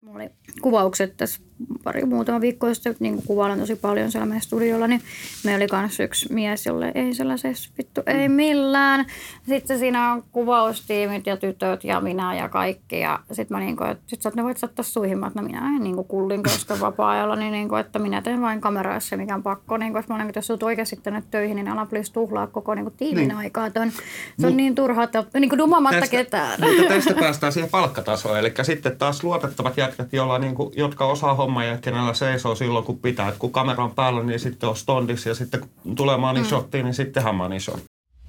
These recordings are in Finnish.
Mulla oli kuvaukset tässä muutama viikko sitten, niin kuvailen tosi paljon siellä meidän studiolla, niin meillä oli kanssa yksi mies, jolle ei sellaisessa vittu, ei millään. Sitten siinä on kuvaustiimit ja tytöt ja minä ja kaikki. Ja sitten mä niinku, että sit sä, ne voit saattaa suihin, että no minä en niinku kullin koska vapaa-ajalla, niin niinku, että minä teen vain kameraa, jos se mikä on pakko. Niinku, että mä olen, jos olet oikeasti tänne töihin, niin älä please tuhlaa koko niinku tiimin aikaa. Se on niin turhaa, että niinku dumaamatta ketään. Mutta tästä päästään siihen palkkatasoon, eli sitten taas luotettavat jätkät, jotka osaa hommaa ja kenellä seisoo silloin, kun pitää. Et kun kamera on päällä, niin sitten on stondis ja sitten kun tulee money shottiin, niin sitten tehdään money shot.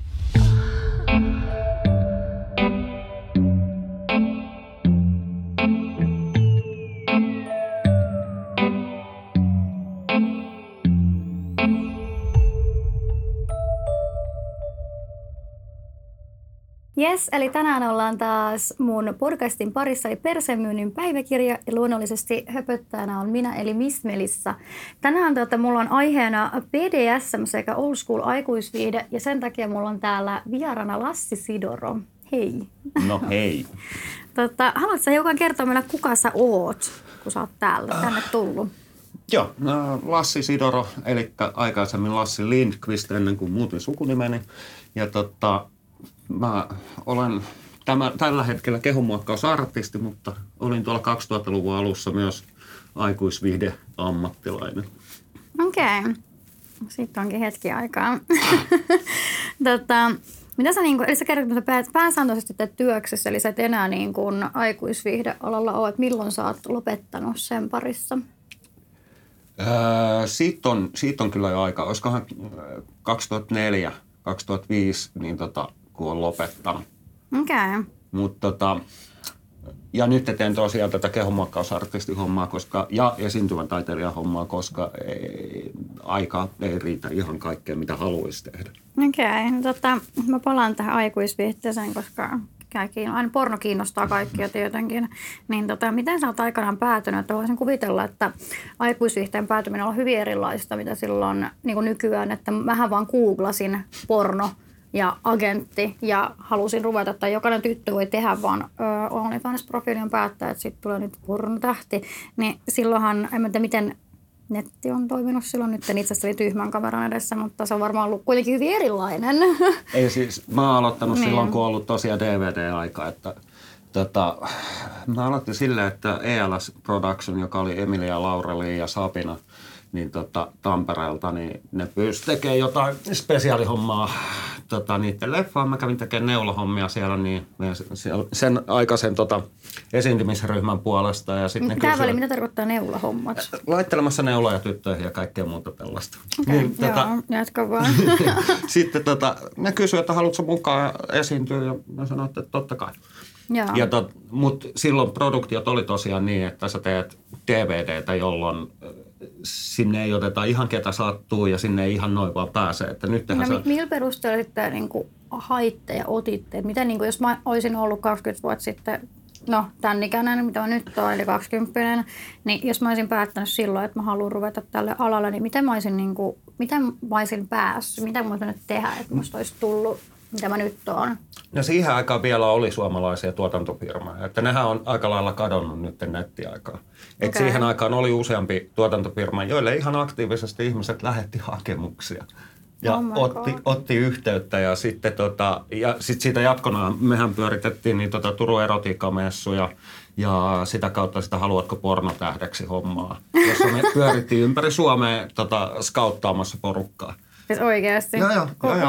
Jes, eli tänään ollaan taas mun podcastin parissa, eli Persemyynnin päiväkirja, ja luonnollisesti höpöttäjänä on minä, eli Miss Melissa. Tänään mulla on aiheena BDSM sekä old school aikuisviihde, ja sen takia mulla on täällä vieraana Lassi Sidoro. Hei. No hei. Haluatko sä hiukan kertoa meille, kuka sä oot, kun sä oot tänne tullut? Joo, Lassi Sidoro, eli aikaisemmin Lassi Lindqvist ennen kuin muutin sukunimeni, ja mä olen tällä hetkellä kehonmuokkausartisti, mutta olin tuolla 2000-luvun alussa myös aikuisviihdeammattilainen. Okei. Siitä onkin hetki aikaa. Mitä sä, eli sä kerrot, että sä pääsääntöisesti teet työksessä, eli sä et enää aikuisviihdealalla ole. Milloin sä oot lopettanut sen parissa? Siitä on kyllä jo aikaa. Olisikohan 2004, 2005, niin kun on lopettanut. Okei. Ja nyt teen tosiaan tätä kehonmuokkausartistihommaa ja esiintyvän taiteilijan hommaa, koska aika ei riitä ihan kaikkeen, mitä haluaisi tehdä. Okei. Mä palaan tähän aikuisviihteeseen, koska aina porno kiinnostaa kaikkia tietenkin. Niin miten sä oot aikanaan päätynyt? Että voisin kuvitella, että aikuisviihteen päätyminen on hyvin erilaista, mitä silloin niin nykyään. Että mähän vaan googlasin porno ja agentti ja halusin ruveta, että jokainen tyttö voi tehdä vaan OnlyFans-profiilin päättää, että sitten tulee nyt pornotähti. Niin silloinhan, en tiedä miten netti on toiminut silloin, nyt itse asiassa oli tyhmän kameran edessä, mutta se on varmaan ollut kuitenkin hyvin erilainen. Ei siis, mä oon aloittanut silloin, kun on ollut tosiaan DVD-aika, että mä aloitin silleen, että ELS Production, joka oli Emilia, Laureli ja Sabina, niin Tampereelta, niin ne pyysi tekemään jotain spesiaalihommaa niiden leffaan. Mä kävin tekemään neulahommia siellä, niin sen aikaisen esiintymisryhmän puolesta. Ja sitten mitä tarkoittaa neulahommat? Laittelemassa neuloja tyttöihin ja kaikkea muuta tällaista. Okei, niin, jatka vaan. Sitten ne kysyivät, että haluatko mukaan esiintyä, ja mä sanoin, että totta kai. Mutta silloin produktiot oli tosiaan niin, että sä teet DVDtä, jolloin sinne ei oteta ihan ketä sattuu ja sinne ei ihan noin vaan pääse. Että millä perusteella sitten haitte ja otitte? Miten jos mä olisin ollut 20 vuotta sitten, tämän ikäinen, mitä mä nyt olen, eli 20, niin jos mä olisin päättänyt silloin, että mä haluan ruveta tälle alalle, niin miten mä olisin päässyt? Mitä mä olisin nyt tehdä, että musta olisi tullut, mitä mä nyt oon? No siihen aikaan vielä oli suomalaisia tuotantofirmoja, että nehän on aika lailla kadonnut nyt nettiaikaan. Okay. Siihen aikaan oli useampi tuotantofirma, joille ihan aktiivisesti ihmiset lähetti hakemuksia ja otti yhteyttä ja sitten siitä jatkona mehän pyöritettiin niin Turun erotiikkamessuja ja sitä kautta sitä haluatko pornotähdeksi hommaa, jossa me pyörittiin ympäri Suomea skauttaamassa porukkaa. Siis oikeasti? Joo.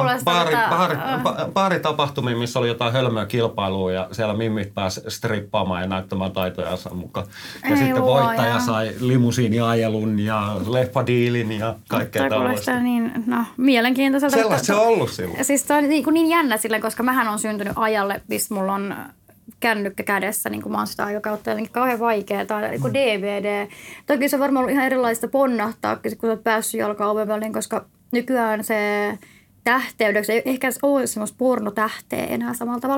Baaritapahtumia, missä oli jotain hölmöä kilpailua ja siellä mimmit pääsi strippaamaan ja näyttämään taitojansa mukaan. Ja sitten voittaja sai limusiiniajelun ja leffadiilin ja kaikkea tällaista. Niin, mielenkiintoiselta. Sellaista se on ollut silloin. Siis se on niin jännä silleen, koska mähän on syntynyt ajalle, missä mulla on kännykkä kädessä, niin kuin mä oon sitä aikakautta jotenkin kauhean vaikeaa, tai niin DVD. Toki se on varmaan ollut ihan erilaista ponnahtaa, kun sä oot päässyt jalkaan oven väliin, koska nykyään se tähteydeksi ei ehkä ole semmoista pornotähteä enää samalla tavalla.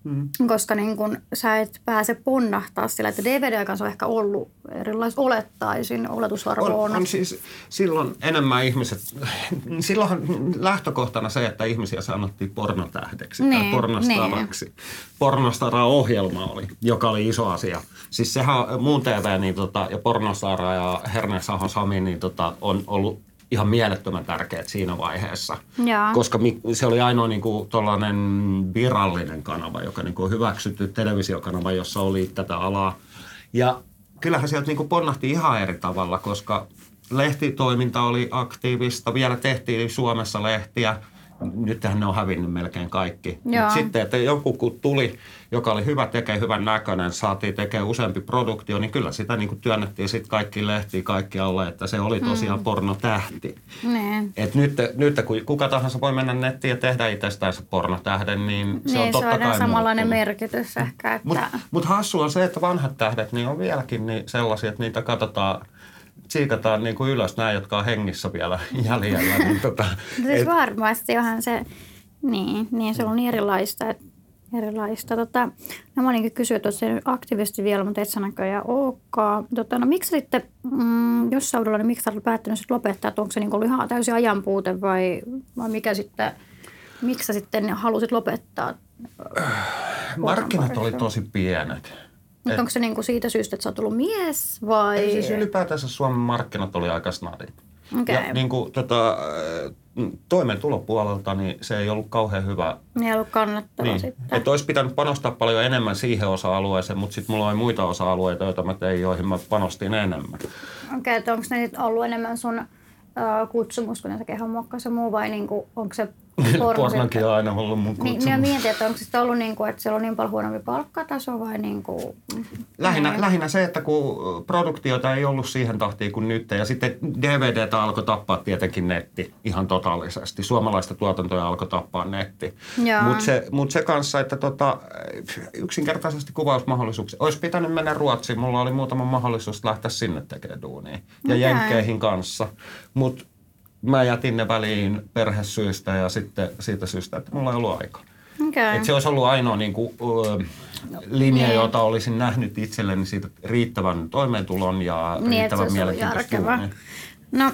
koska niin kun sä et pääse ponnahtaa sillä, että DVD kanssa on ehkä ollut erilaista olettaisin, oletusarvo on. On siis silloin enemmän ihmiset, silloinhan lähtökohtana se, että ihmisiä sanottiin pornotähdeksi tai pornostaraksi. Niin. Pornostara-ohjelma oli, joka oli iso asia. Siis sehän Muun TV ja Pornostara ja Hernesaho Sami on ollut ihan mielettömän tärkeät siinä vaiheessa, koska se oli ainoa tuollainen virallinen kanava, joka on hyväksytty televisiokanava, jossa oli tätä alaa. Ja kyllähän sieltä ponnahti ihan eri tavalla, koska lehtitoiminta oli aktiivista, vielä tehtiin Suomessa lehtiä. Nythän ne on hävinnyt melkein kaikki. Sitten, että joku kun tuli, joka oli hyvä, tekee hyvän näköinen, saatiin tekemään useampi produktio, niin kyllä sitä työnnettiin sitten kaikki lehtiin kaikki alle, että se oli tosiaan pornotähti. Et nyt kun kuka tahansa voi mennä nettiin ja tehdä itsestään se pornotähden, niin se on totta kai samanlainen merkitys ehkä. Mutta hassu on se, että vanhat tähdet niin on vieläkin niin sellaisia, että niitä katsotaan, siikataan ylös nämä, jotka on hengissä vielä jäljellä. Siis varmasti onhan se, niin se on niin erilaista. No mä olinkin kysyä tuossa aktiivisesti vielä, mutta et sä näköjään olekaan. No miksi sitten, jos sä olet, niin miksi sä olet päättänyt sitten lopettaa, että onko se ollut ihan täysin ajanpuute vai mikä sitten, miksi sä sitten halusit lopettaa? Markkinat oli tosi pienet. Mutta onko se siitä syystä, että sä oot ollut mies vai? Ei siis ylipäätänsä Suomen markkinat oli aika snadit. Okay. Ja toimeentulopuolelta niin se ei ollut kauhean hyvä. Ei ollut kannattavaa sitten. Että olisi pitänyt panostaa paljon enemmän siihen osa-alueeseen, mutta sitten mulla oli muita osa-alueita, joita mä tein, joihin mä panostin enemmän. Okei, että onko ne ollut enemmän sun kutsumus, kun ne kehonmuokkaus ja muu vai onko se pornokin on aina ollut mun kutsumus. Niin mietin, että onko se ollut että siellä on niin paljon huonompi palkkataso vai Lähinnä se, että kun produktioita ei ollut siihen tahtiin kuin nyt ja sitten DVDtä alkoi tappaa tietenkin netti ihan totaalisesti. Suomalaista tuotantoja alkoi tappaa netti. Mutta se kanssa, että yksinkertaisesti kuvausmahdollisuuksia. Olisi pitänyt mennä Ruotsiin. Mulla oli muutama mahdollisuus lähteä sinne tekemään duunia. Ja jenkkeihin kanssa. Mutta mä jätin ne väliin perhesyistä ja sitten siitä syystä, että mulla ei ollut aikaa. Okay. Että se olisi ollut ainoa linja, jota olisin nähnyt itselleni siitä riittävän toimeentulon ja riittävän mielenkiintoista. No,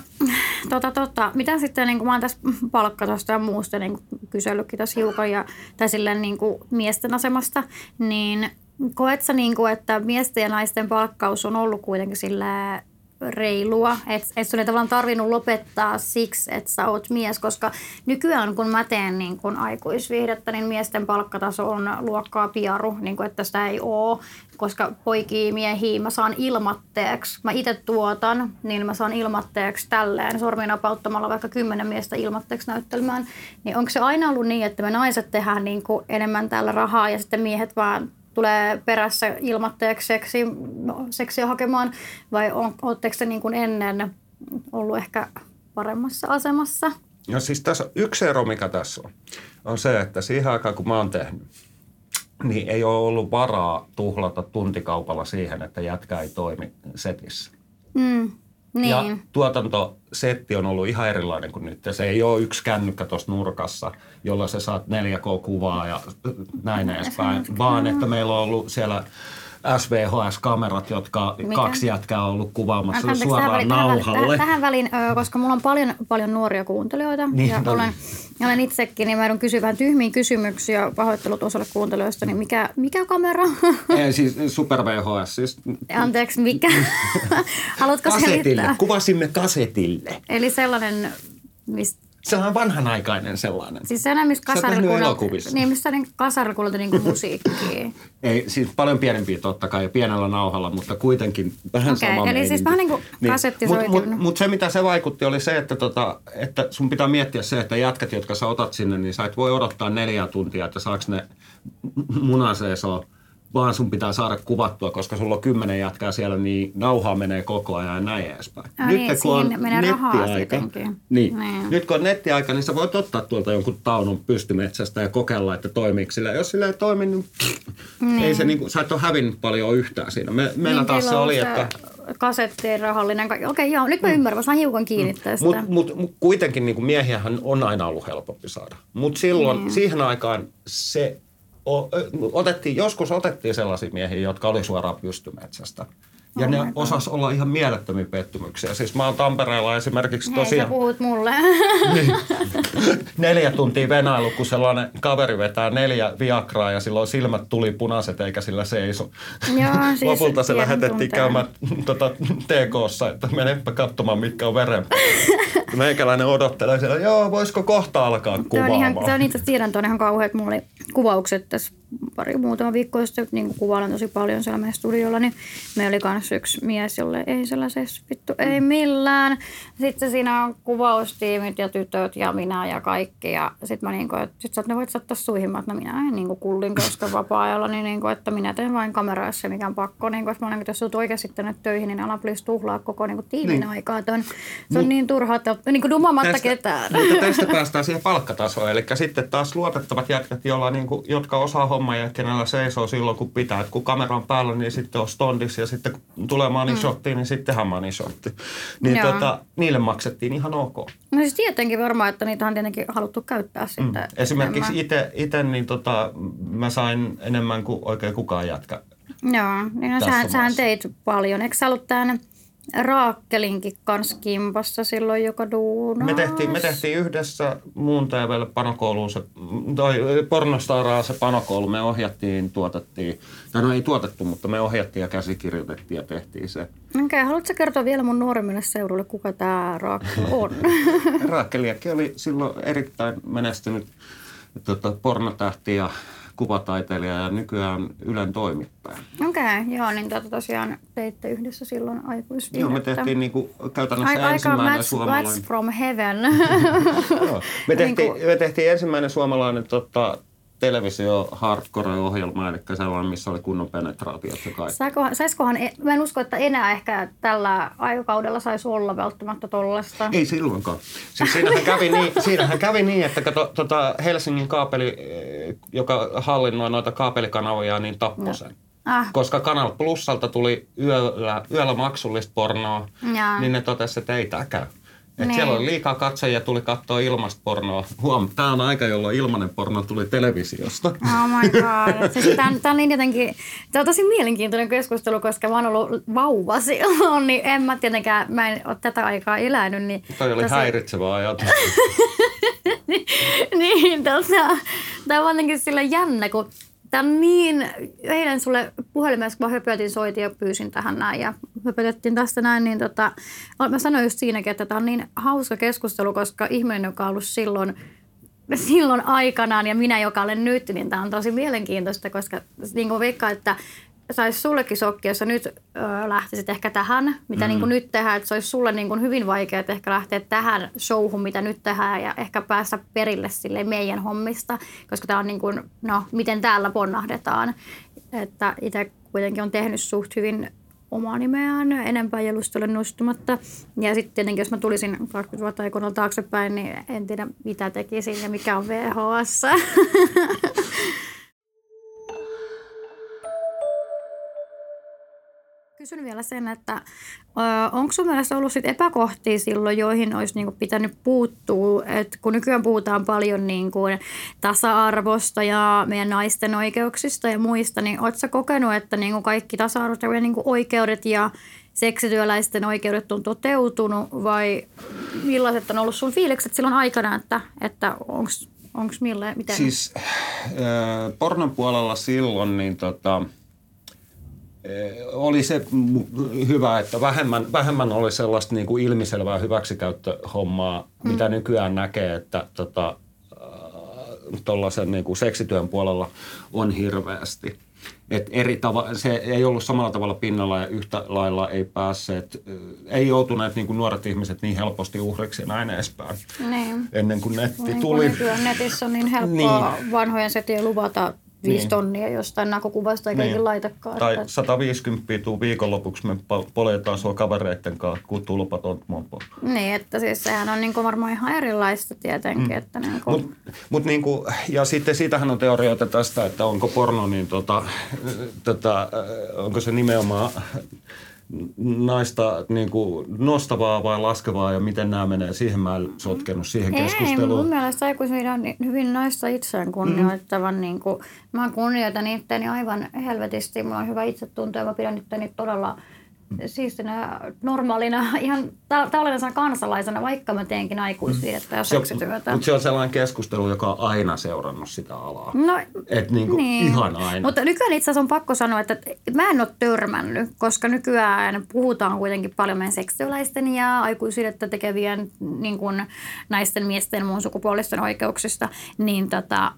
mitä sitten, mä oon tässä palkkatasosta ja muusta kysellytkin tässä hiukan, tai silleen miesten asemasta, niin koet sä, että miesten ja naisten palkkaus on ollut kuitenkin sillä reilua, että sun ei tavallaan tarvinnut lopettaa siksi, että sä oot mies, koska nykyään kun mä teen aikuisviihdettä, niin miesten palkkataso on luokkaa piaru, että sitä ei ole, koska poikia miehiä mä saan ilmatteeksi. Mä itse tuotan, niin mä saan ilmatteeksi tälleen sormin napauttamalla vaikka 10 miestä ilmatteeksi näyttelemään. Niin onko se aina ollut niin, että me naiset tehdään enemmän täällä rahaa ja sitten miehet vaan tulee perässä ilmatteeksi seksiä hakemaan, vai oletteko te ennen ollut ehkä paremmassa asemassa? No siis tässä on yksi ero, mikä tässä on se, että siihen aikaan kun mä oon tehnyt, niin ei ole ollut varaa tuhlata tuntikaupalla siihen, että jätkä ei toimi setissä. Niin. Ja tuotantosetti on ollut ihan erilainen kuin nyt. Se ei ole yksi kännykkä tuossa nurkassa, jolla sä saat 4K-kuvaa ja näin edespäin, vaan että meillä on ollut siellä SVHS-kamerat, jotka 2 jätkää on ollut kuvaamassa suoraan nauhalle. Tähän väliin, koska mulla on paljon nuoria kuuntelijoita niin, ja olen itsekin, niin mä joudun kysyä vähän tyhmiä kysymyksiä, pahoittelut osalle kuuntelijoista, niin mikä kamera? Siis Super VHS. Siis. Anteeksi, mikä? Haluatko selittää? Kuvasimme kasetille. Eli sellainen, mistä... Sellainen vanhanaikainen sellainen. Siis sellainen, missä kasarilla kuunneltiin musiikkia. Ei, siis paljon pienempiä totta kai ja pienellä nauhalla, mutta kuitenkin vähän sama meininki. Eli siis vähän niin kuin kasettisoitin. Mutta se, mitä se vaikutti, oli se, että sun pitää miettiä se, että jätkät, jotka sä otat sinne, niin sä et voi odottaa 4 tuntia, että saaks ne munaseesoo, vaan sun pitää saada kuvattua, koska sulla on 10 jätkää siellä, niin nauhaa menee koko ajan ja näin edespäin. Nyt kun on nettiaika, nyt kun on nettiaika, niin sä voit ottaa tuolta jonkun taunun pystymetsästä ja kokeilla, että toimiiko sillä. Jos sillä ei toimi, niin ei se sä et ole hävinnyt paljon yhtään siinä. Meillä taas se oli, että... Kasettiin rahallinen. Okei, joo, nyt mä ymmärrän. Mä saan hiukan kiinnittää sitä. Mutta kuitenkin miehiähän on aina ollut helpompi saada. Mutta silloin, siihen aikaan se joskus otettiin sellaisia miehiä, jotka oli suoraan pystymetsästä. Ja ne osas olla ihan mielettömiä pettymyksiä. Siis mä oon Tampereella esimerkiksi tosiaan... Hei, sä puhut mulle. Niin, 4 tuntia venailu, kun sellainen kaveri vetää 4 viagraa ja silloin silmät tuli punaiset eikä sillä seiso. Joo, siis lopulta se lähetettiin tunteen. käymään TK:ssa, että menepä katsomaan, mitkä on verenpaine. Meikäläinen odottelee siellä, joo, voisiko kohta alkaa kuvaamaan. Se on itse tiedän, että on ihan kauheat. Mulla oli kuvaukset tässä muutama viikko sitten, niin kuvailen tosi paljon siellä meidän studiolla, niin meillä oli kanssa yksi mies, jolle ei sellaisessa vittu, ei millään. Sitten siinä on kuvaustiimit ja tytöt ja minä ja kaikki. Ja sitten mä niinku, että sit ne voit saattaa suihin, että no minä en niinku kullin koska vapaa-ajalla, niin niinku, että minä teen vain kameraa, se mikä on pakko. Niinku, että mä olen, jos olet oikeasti tänne töihin, niin älä please tuhlaa koko niinku tiimin aikaa. Se on niin turhaa, että niinku dumamatta ketään. Mutta tästä päästään siihen palkkatasoon. Eli sitten taas luotettavat jätkät, jotka osaa hommaa ja kenellä seisoo silloin, kun pitää. Et kun kamera on päällä, niin sitten on stondissa ja sitten kun tulee money shottiin, niin sittenhän money shotti. Niin niille maksettiin ihan ok. No siis tietenkin varmaan, että niitä on tietenkin haluttu käyttää sitten. Esimerkiksi itse niin mä sain enemmän kuin oikein kukaan jätkä. Joo, niin no sähän teit paljon. Eikö sä ollut tämän Raakkelinkin kanssa kimpassa silloin, joka duunas? Me tehtiin yhdessä muun TV:lle panokouluun Pornostaraa se panokoulu. Me tuotettiin, tai no ei tuotettu, mutta me ohjattiin ja käsikirjoitettiin ja tehtiin se. Okei, haluatko kertoa vielä mun nuoremmille seurulle, kuka tämä Raakkel on? Raakkeliakin oli silloin erittäin menestynyt pornotähti ja kuvataiteilija ja nykyään Ylen toimittaja. Okei, joo, niin tosiaan teitte yhdessä silloin aikuisviihdettä. Joo, me tehtiin niinku käytännössä ensimmäinen suomalainen. Match from heaven. Joo, me tehtiin ensimmäinen suomalainen televisio hardcore-ohjelma, eli sellainen, missä oli kunnon penetraatiot ja kaikki. Saisikohan, mä en usko, että enää ehkä tällä aikakaudella saisi olla välttämättä tollaista. Ei silloinkaan. Siis siinähän kävi niin, että Helsingin kaapeli, joka hallinnoi noita kaapelikanavia, niin tappoi sen. Koska Kanal Plusalta tuli yöllä maksullista pornoa, niin ne totesi, että ei tää käy. Että siellä oli liikaa katsojia, tuli katsoa ilmasta pornoa. Tämä on aika, jolloin ilmainen porno tuli televisiosta. Oh my god. Siis tämä on niin jotenkin, tämä on tosi mielenkiintoinen keskustelu, koska mä oon ollut vauva silloin, niin mä en ole tätä aikaa elänyt. Niin toi oli häiritsevä ajatus. niin, tämä on jotenkin sillä jännä, kun tämä on niin, eilen sulle puhelimessa, kun mä höpötin, soitin ja pyysin tähän näin ja höpötettiin tästä näin, niin mä sanoin just siinäkin, että tämä on niin hauska keskustelu, koska ihminen, joka on ollut silloin aikanaan ja minä, joka olen nyt, niin tämä on tosi mielenkiintoista, koska niin kuin veikkaan, että saisi sullekin sokki, jos sä nyt lähtisit ehkä tähän, mitä niin kuin nyt tehdään, että se olisi sulle niin kuin hyvin vaikea ehkä lähteä tähän showhun, mitä nyt tehdään ja ehkä päästä perille sille meidän hommista, koska tämä on niin kuin, no, miten täällä ponnahdetaan. Että itse kuitenkin on tehnyt suht hyvin omaa nimeään, enempää jalustelle nostumatta. Ja sitten tietenkin, jos mä tulisin 20 vuotta aikoinaan taaksepäin, niin en tiedä mitä tekisin ja mikä on VHS. Kysyn vielä sen, että onko sun mielestä ollut sit epäkohtia silloin, joihin olisi niinku pitänyt puuttua? Et kun nykyään puhutaan paljon niinku tasa-arvosta ja meidän naisten oikeuksista ja muista, niin ootko sä kokenut, että niinku kaikki tasa-arvoiset niinku oikeudet ja seksityöläisten oikeudet on toteutunut vai millaiset on ollut sun fiilikset silloin aikana, että onko miten? Siis pornon puolella silloin niin oli se hyvä, että vähemmän oli sellaista niin kuin ilmiselvää hyväksikäyttöhommaa, mitä nykyään näkee, että tuollaisen niin kuin seksityön puolella on hirveästi. Et se ei ollut samalla tavalla pinnalla ja yhtä lailla ei päässeet, ei joutuneet niin kuin nuoret ihmiset niin helposti uhriksi ja näin edespäin. Niin. Ennen kuin netti niin tuli. Nykyään netissä on niin helppoa vanhojen setien luvata 5 tonnia jostain näkökuvasta eikä niin laitakaan. Tai 150 tuu viikonlopuksi, me poljetaan sua kavereitten kanssa, kun tulpaton mopo. Niin, että siis sehän on niinku varmaan ihan erilaista tietenkin. Että niinku. Mut niinku, ja sitten siitähän on teorioita tästä, että onko porno, niin onko se nimenomaan naista niin kuin nostavaa vai laskevaa ja miten nämä menee. Siihen mä en sotkenut siihen keskusteluun. Ei, mun mielestä aikuisviihde on hyvin naista itseään kunnioittavan. Niin kuin, mä kunnioitan itseäni aivan helvetisti. Mulla on hyvä itsetunto ja mä pidän itseäni todella siistinä, normaalina, ihan tavallisena kansalaisena, vaikka mä teenkin aikuisviihdettä ja seksityötä. Mutta se on sellainen keskustelu, joka on aina seurannut sitä alaa. No, et niinku niin. Ihan aina. Mutta nykyään itse asiassa on pakko sanoa, että mä en ole törmännyt, koska nykyään puhutaan kuitenkin paljon meidän seksityöläisten ja aikuisviihdettä tekevien niin kuin naisten, miesten, muun sukupuolisten oikeuksista, niin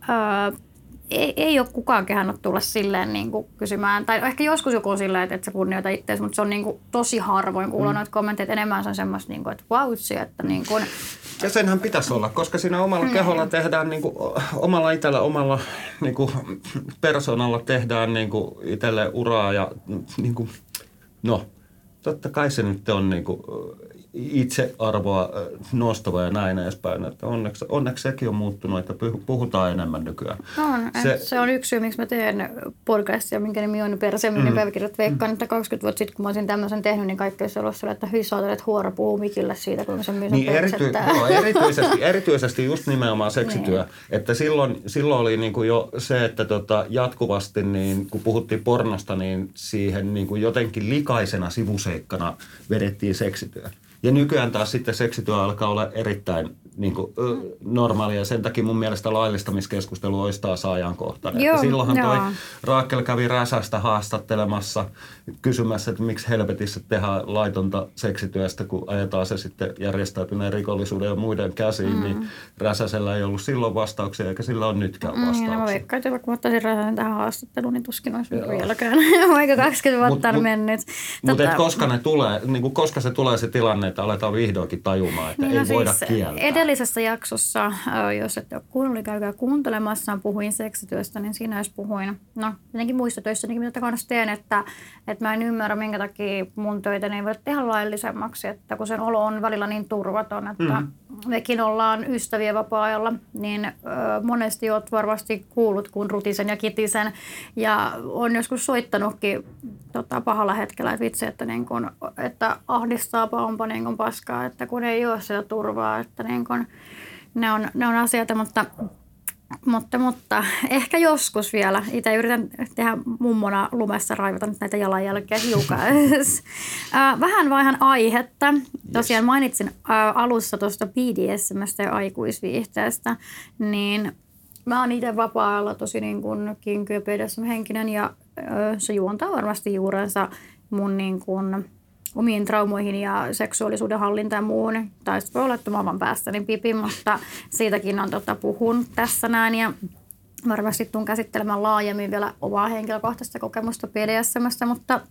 ei ole kukaan kehannut tulla silleen niin kuin kysymään, tai ehkä joskus joku on silleen, että sä kunnioita itseäsi, mutta se on niin kuin tosi harvoin kuulla noita kommentteja, että enemmän se on semmoista, niin kuin, että vautsi, että niin kuin. Ja senhän pitäisi olla, koska siinä omalla keholla tehdään, niin kuin, omalla itsellä, omalla niin kuin, persoonalla tehdään niin kuin, itselle uraa ja niin kuin, no, totta kai se nyt on niin kuin, itsearvoa nostava ja näin edespäin. Että onneksi sekin on muuttunut, että puhutaan enemmän nykyään. Se on yksi syy, miksi mä teen podcastia, minkä nimi on Perseeminen päiväkirjat. Veikkaan, että 20 vuotta sitten, kun mä olisin tämmöisen tehnyt, niin kaikki olisi ollut sillä, että hyi saatana, että huora puhuu mikille siitä, kun se myy sen erityisesti just nimenomaan seksityö. Niin. Että silloin oli niin kuin jo se, että jatkuvasti, niin, kun puhuttiin pornosta, niin siihen niin kuin jotenkin likaisena sivuseikkana vedettiin seksityö. Ja nykyään taas sitten seksityö alkaa olla erittäin niin kuin, normaalia. Sen takia mun mielestä laillistamiskeskustelu olisi taas ajankohtainen. Joo, silloinhan toi Raakel kävi Räsästä haastattelemassa kysymässä, että miksi helvetissä tehdään laitonta seksityöstä, kun ajetaan se sitten järjestäytyneen rikollisuuden ja muiden käsiin. Niin Räsäsellä ei ollut silloin vastauksia, eikä sillä ole nytkään vastauksia. Mä veikkaan, että vaikka mä ottaisin Räsäsen tähän haastatteluun, niin tuskin olisi vieläkään. Vaikka 20 vuotta on mennyt. Mutta koska ne tulee, niin kuin koska se tulee se tilanne, että aletaan vihdoinkin tajumaan, että ei voida kieltää. Edellisessä jaksossa, jos ette ole kuunnellut, niin käykää kuuntelemassa, puhuin seksityöstä, niin siinä jos puhuin, no jotenkin muissa töissäkin, mitä kanssa teen, että mä en ymmärrä, minkä takia mun töitä ei voi tehdä laillisemmaksi, että kun sen olo on välillä niin turvaton, että mekin ollaan ystäviä vapaa-ajalla, niin monesti olet varmasti kuullut, kun rutisen ja kitisen, ja on joskus soittanutkin pahalla hetkellä, että vitsi, että, niin kun, että ahdistaapa, onpa niin kun paskaa, että kun ei ole sitä turvaa, että niin kun, ne on asioita, mutta ehkä joskus vielä. Itse yritän tehdä mummona lumessa raivata nyt näitä jalanjälkeä hiukan. Vähän vaihan aihetta. Tosiaan mainitsin alussa tuosta BDSM:stä ja aikuisviihteestä, niin mä oon itse vapaa-ajalla tosi niin kuin kinky- ja BDSM-henkinen ja se juontaa varmasti juurensa mun niin kuin omiin traumoihin ja seksuaalisuuden hallintaan ja muuhun. Tai sitten voi olla, että mä oon päästäni pipi, mutta siitäkin on puhun tässä näin. Ja varmasti tuun käsittelemään laajemmin vielä omaa henkilökohtaista kokemusta BDSM:stä, mutta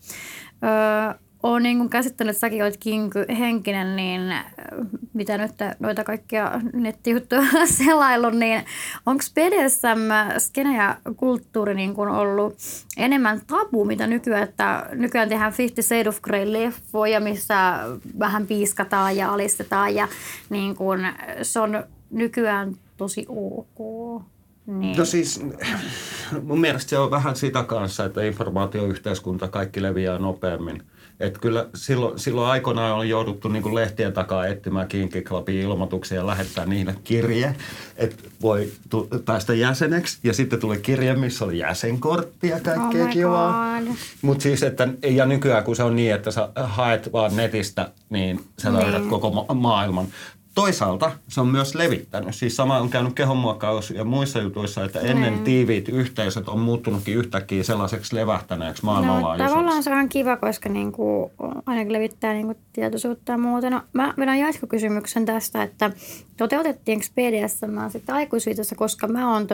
olen niin käsittänyt, että säkin olet kinky-henkinen, niin mitä nyt noita kaikkia nettijuttuja selaillut, niin onko BDSM, skene ja kulttuuri niin kuin ollut enemmän tabu, mitä nykyään, että nykyään tehdään 50 Shades of Grey-leffoja, missä vähän piiskataan ja alistetaan ja niin kuin, se on nykyään tosi ok. Niin. No siis mun mielestä se on vähän sitä kanssa, että informaatioyhteiskunta kaikki leviää nopeammin. Että kyllä silloin aikoinaan on jouduttu niin kuin lehtien takaa etsimään Kinky Clubin ilmoituksia ja lähettää niille kirje, että voi päästä jäseneksi. Ja sitten tuli kirje, missä oli jäsenkortti ja kaikkea kivaa. Mutta siis, että ja nykyään kun se on niin, että sä haet vaan netistä, niin sä löydät koko maailman. Toisaalta se on myös levittänyt. Siis sama on käynyt kehonmuokkaus ja muissa jutuissa, että ennen tiiviit yhteisöt on muuttunutkin yhtäkkiä sellaiseksi levähtäneeksi maailmanlaajuiseksi. No, tavallaan se on kiva, koska niinku, ainakin levittää niinku tietoisuutta ja muuta. No, mä vedän jatkokysymyksen tästä, että toteutettiinko BDSM sitten aikuisviitossa, koska mä oon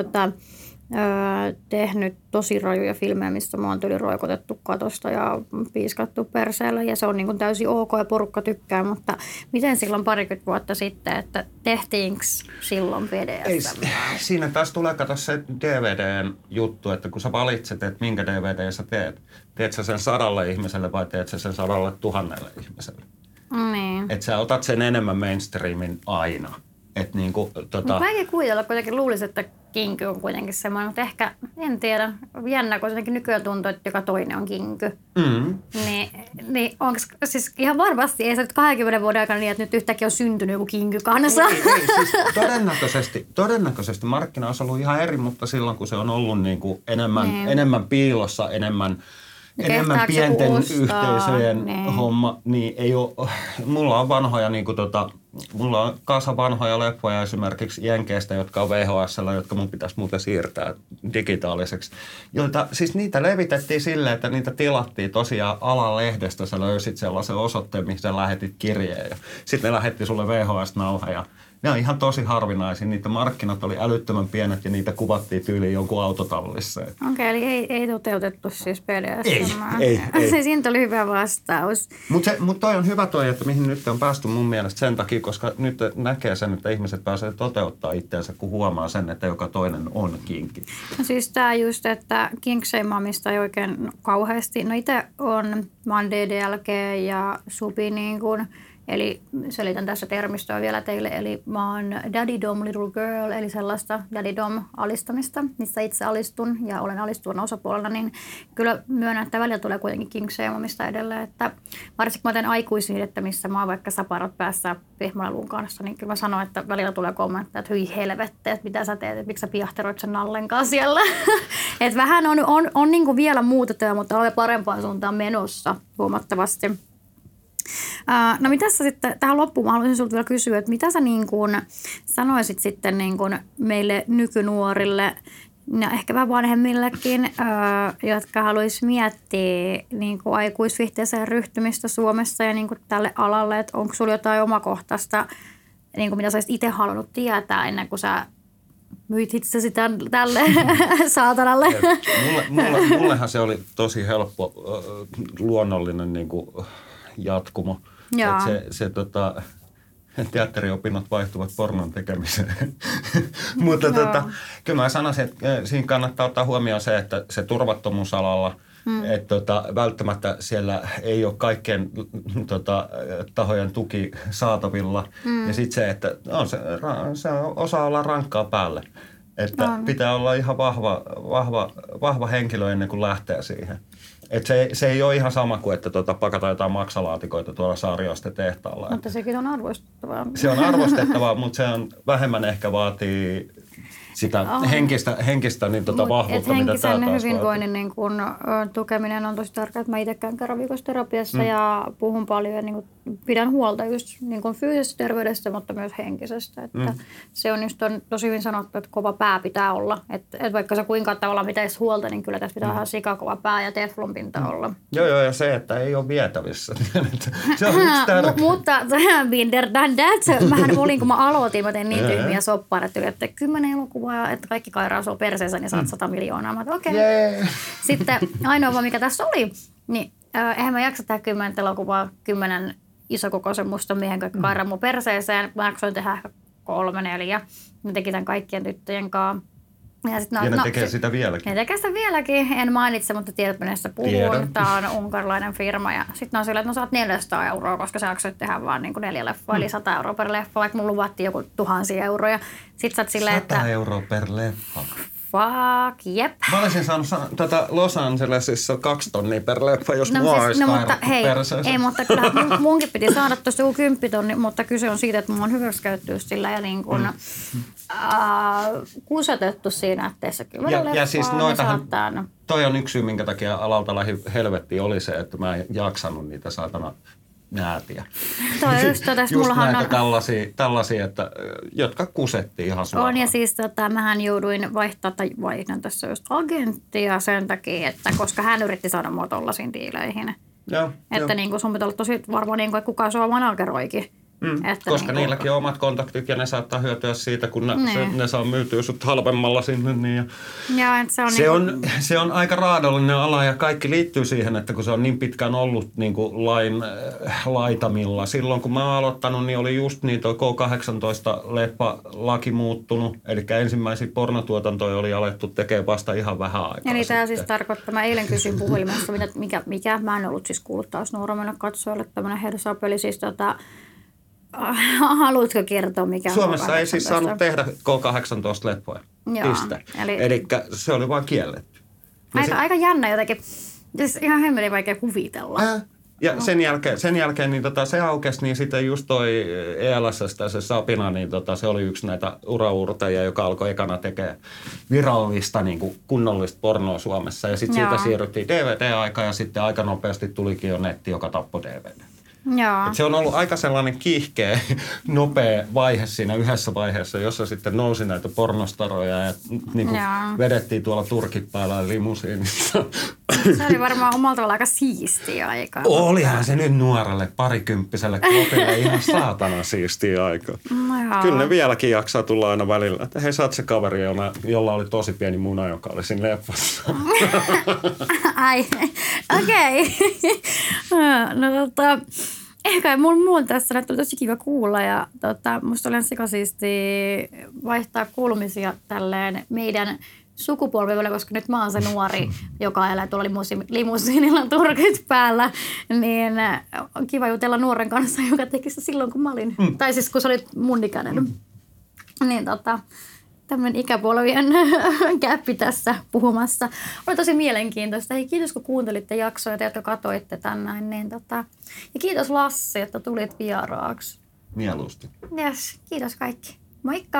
tehnyt tosi rajuja filmejä, missä mä oon tyyli roikotettu katosta ja piiskattu perseellä ja se on niin kuin täysin ok ja porukka tykkää, mutta miten silloin 20 vuotta sitten, että tehtiinkö silloin BDSM? Siinä taas tulee katsoa se DVDn juttu, että kun sä valitset, että minkä DVD sä teet sä sen 100 ihmiselle vai teet sä sen 100 000 ihmiselle? Niin. Että sä otat sen enemmän mainstreamin aina. Että niinku, Kaikki kuvitella kuitenkin luulisi, että kinky on kuitenkin semmoinen, mutta ehkä, en tiedä, jännä, kun jotenkin nykyään tuntuu, että joka toinen on kinky. Niin onko siis ihan varmasti, ei se nyt 20 vuoden aikana niin, että nyt yhtäkkiä on syntynyt joku kinky kanssa? Ei, siis todennäköisesti markkina on ollut ihan eri, mutta silloin kun se on ollut niinku enemmän piilossa, enemmän pienten yhteisöjen homma, niin ei ole, mulla on vanhoja mulla on kasa vanhoja leffoja esimerkiksi Jenkeistä, jotka on VHS:llä, jotka mun pitäisi muuten siirtää digitaaliseksi. Joita, siis niitä levitettiin silleen, että niitä tilattiin tosiaan alalehdestä. Sä löysit sellaisen osoitteen, missä lähetit kirjeen ja sitten ne lähetti sulle VHS-nauha ja ne on ihan tosi harvinaisia. Niitä markkinat oli älyttömän pienet ja niitä kuvattiin tyyliin jonkun autotallissa. Okei, eli ei toteutettu siis BDSM. Ei. Siitä oli hyvä vastaus. Mutta toi on hyvä toi, että mihin nyt on päästy mun mielestä sen takia, koska nyt näkee sen, että ihmiset pääsee toteuttaa itseänsä, kun huomaa sen, että joka toinen on kinki. No siis tää just, että kinkseimaamista ei oikein kauheasti. No itse mä oon DDLG ja subi niin kuin. Eli selitän tässä termistöä vielä teille. Eli mä oon Daddy Dom Little Girl, eli sellaista Daddy Dom-alistamista, missä itse alistun ja olen alistuvan osapuolella, niin kyllä myönnän, että välillä tulee kuitenkin kinkseimamista edelleen. Että varsinkin kun mä teen aikuisviihdettä, missä mä oon vaikka saparot päässä pehmoleluun kanssa, niin kyllä mä sanon, että välillä tulee kommentteja, että hyi helvette, että mitä sä teet, että miksi sä piahteroit sen nallenkaan siellä. Että vähän on niin kuin vielä muutettava, mutta olemme parempaan suuntaan menossa huomattavasti. No mitä sä sitten, tähän loppuun mä haluaisin sulta vielä kysyä, että mitä sä niin kuin sanoisit sitten niin kuin meille nykynuorille ja ehkä vähän vanhemmillekin, jotka haluaisi miettiä niin kuin aikuisviihteeseen ryhtymistä Suomessa ja niin kuin tälle alalle, että onko sulla jotain omakohtaista, niin kuin mitä sä olisit itse halunnut tietää ennen kuin sä myit itsesi tälle saatanalle? Mullehan se oli tosi helppo, luonnollinen niin kuin jatkumo. Se teatteriopinnot vaihtuvat pornon tekemiseen. Mutta kyllä mä sanoisin, että siinä kannattaa ottaa huomioon se, että se turvattomuusalalla, että välttämättä siellä ei ole kaikkien tahojen tuki saatavilla. Ja sitten se, että se osaa olla rankkaa päälle. Että pitää olla ihan vahva henkilö ennen kuin lähtee siihen. Et se ei ole ihan sama kuin, että pakataan jotain maksalaatikoita tuolla Saarioisten tehtaalla. Mutta sekin on arvostettavaa. Se on arvostettavaa, mutta se on vähemmän ehkä vaatii sitä henkistä niin vahvuutta, mitä tämä taas hyvinvoinnin niin kun, tukeminen on tosi tärkeää. Mä itsekään käyn viikosterapiassa ja puhun paljon ja niin kun, pidän huolta just niin kun fyysisestä terveydestä, mutta myös henkisestä. Että se on just tosi hyvin sanottu, että kova pää pitää olla. Että vaikka sä kuinka tavallaan pitäisi huolta, niin kyllä tässä pitää ihan sikakova pää ja teflon pinta olla. Joo, ja se, että ei ole vietävissä. Se on yksi tärkeä. Mutta binder than that. Mähän olin, kun mä aloitin, mä tein niin tyhmiä soppareita, että 10 elokuvaa, että kaikki kairaa sua perseensä, niin saat 100 miljoonaa. Mä okei. Okay. Sitten ainoa mikä tässä oli, niin eihän mä jaksa tehdä 10 elokuvaa, 10 isokokoisen mustan miehen, kaikki kairaa mun perseeseen. Mä jaksoin tehdä ehkä 3-4. Mä tekin tämän kaikkien tyttöjen kanssa. Ja ne tekee sitä vieläkin. Ne tekee sitä vieläkin. En mainitse, mutta tietokoneessa puhun. Tämä on unkarilainen firma. Ja sitten on sillä, että no saat 400 euroa, koska sä jaksoit tehdä vaan niin kuin 4 leffoa, eli 100 euroa per leffa, vaikka mun luvattiin joku 1000 euroja. Sitten sä oot silleen, 100 että euroa per leffa. Fuck, jep. Mä olisin saanut Los Angelesissa 2 tonnia per leffa, jos mua olisi perseessä. Ei, mutta kyllä munkin piti saada tuosta joku 10 tonni, mutta kyse on siitä, että mun on hyväksikäyttyä sillä ja niin kuin kusetettu siinä, ettei se kyllä leffaa. Ja siis noitahan, toi on yksi syy, minkä takia alalta lähi helvettiin oli se, että mä en jaksanut niitä saatana näätiä. Just näitä tällaisia, että, jotka kusettiin ihan suoraan. On ja siis mähän jouduin vaihdan tässä just agenttia sen takia, että koska hän yritti saada mua tollaisiin diileihin. Joo, että niin kuin sun pitää olla tosi varmaan niin kuin, että kukaan sua manageroikin. Koska niin niilläkin on omat kontaktit ja ne saattaa hyötyä siitä, kun ne saa myytyä sut halvemmalla sinne. Niin se on aika raadollinen ala ja kaikki liittyy siihen, että kun se on niin pitkään ollut niin kuin lain laitamilla. Silloin kun mä oon aloittanut, niin oli just niin toi K18-laki muuttunut. Eli ensimmäisiä pornotuotantoja oli alettu tekemään vasta ihan vähän aikaa. Eli tämä siis tarkoittaa, mä eilen kysyin puhelimessa, mikä mä en ollut siis kuullut taas nuoremmille katsojalle tämmöinen heads up, eli siis Haluatko kertoa, mikä on Suomessa K18? ei siis saanut tehdä K18-leppoja. Piste. Eli se oli vaan kielletty. Aika jännä jotenkin. Siis ihan hemmelin vaikea kuvitella. Ja sen jälkeen niin se aukesi, niin sitten just toi ELS:stä se Sabina, niin se oli yksi näitä uraurtajia, joka alkoi ekana tekemään virallista niin kuin kunnollista pornoa Suomessa. Ja sitten siitä siirryttiin DVD-aikaan ja sitten aika nopeasti tulikin jo netti, joka tappoi DVD. Et se on ollut aika sellainen kiihkeä, nopea vaihe siinä yhdessä vaiheessa, jossa sitten nousi näitä pornostaroja ja niin kuin vedettiin tuolla turkit päällä limusiinissa. Se oli varmaan omalla tavalla aika siistiä aikaa. Olihan se nyt nuorelle parikymppiselle klopille ihan saatana siistiä aikaa. Kyllä ne vieläkin jaksaa tulla aina välillä. Että hei, sä oot se kaveri, jolla oli tosi pieni muna, joka oli siinä leffassa. Ai, okei. No ehkä mulla tässä tuli tosi kiva kuulla ja musta oli sikasiistiä vaihtaa kuulumisia tälleen meidän sukupolvelle, koska nyt mä oon se nuori, joka elää tuolla limusiinilla turkit päällä, niin on kiva jutella nuoren kanssa, joka teki sitä silloin, kun mä olin. Tai siis, kun sä olit mun ikäinen. Niin tämmöinen ikäpolvien käppi tässä puhumassa. Oli tosi mielenkiintoista. Hei, kiitos kun kuuntelitte jaksoja, te jotka katoitte tänään. Niin ja kiitos Lassi, että tulit vieraaksi. Mieluusti. Yes, kiitos kaikki. Moikka!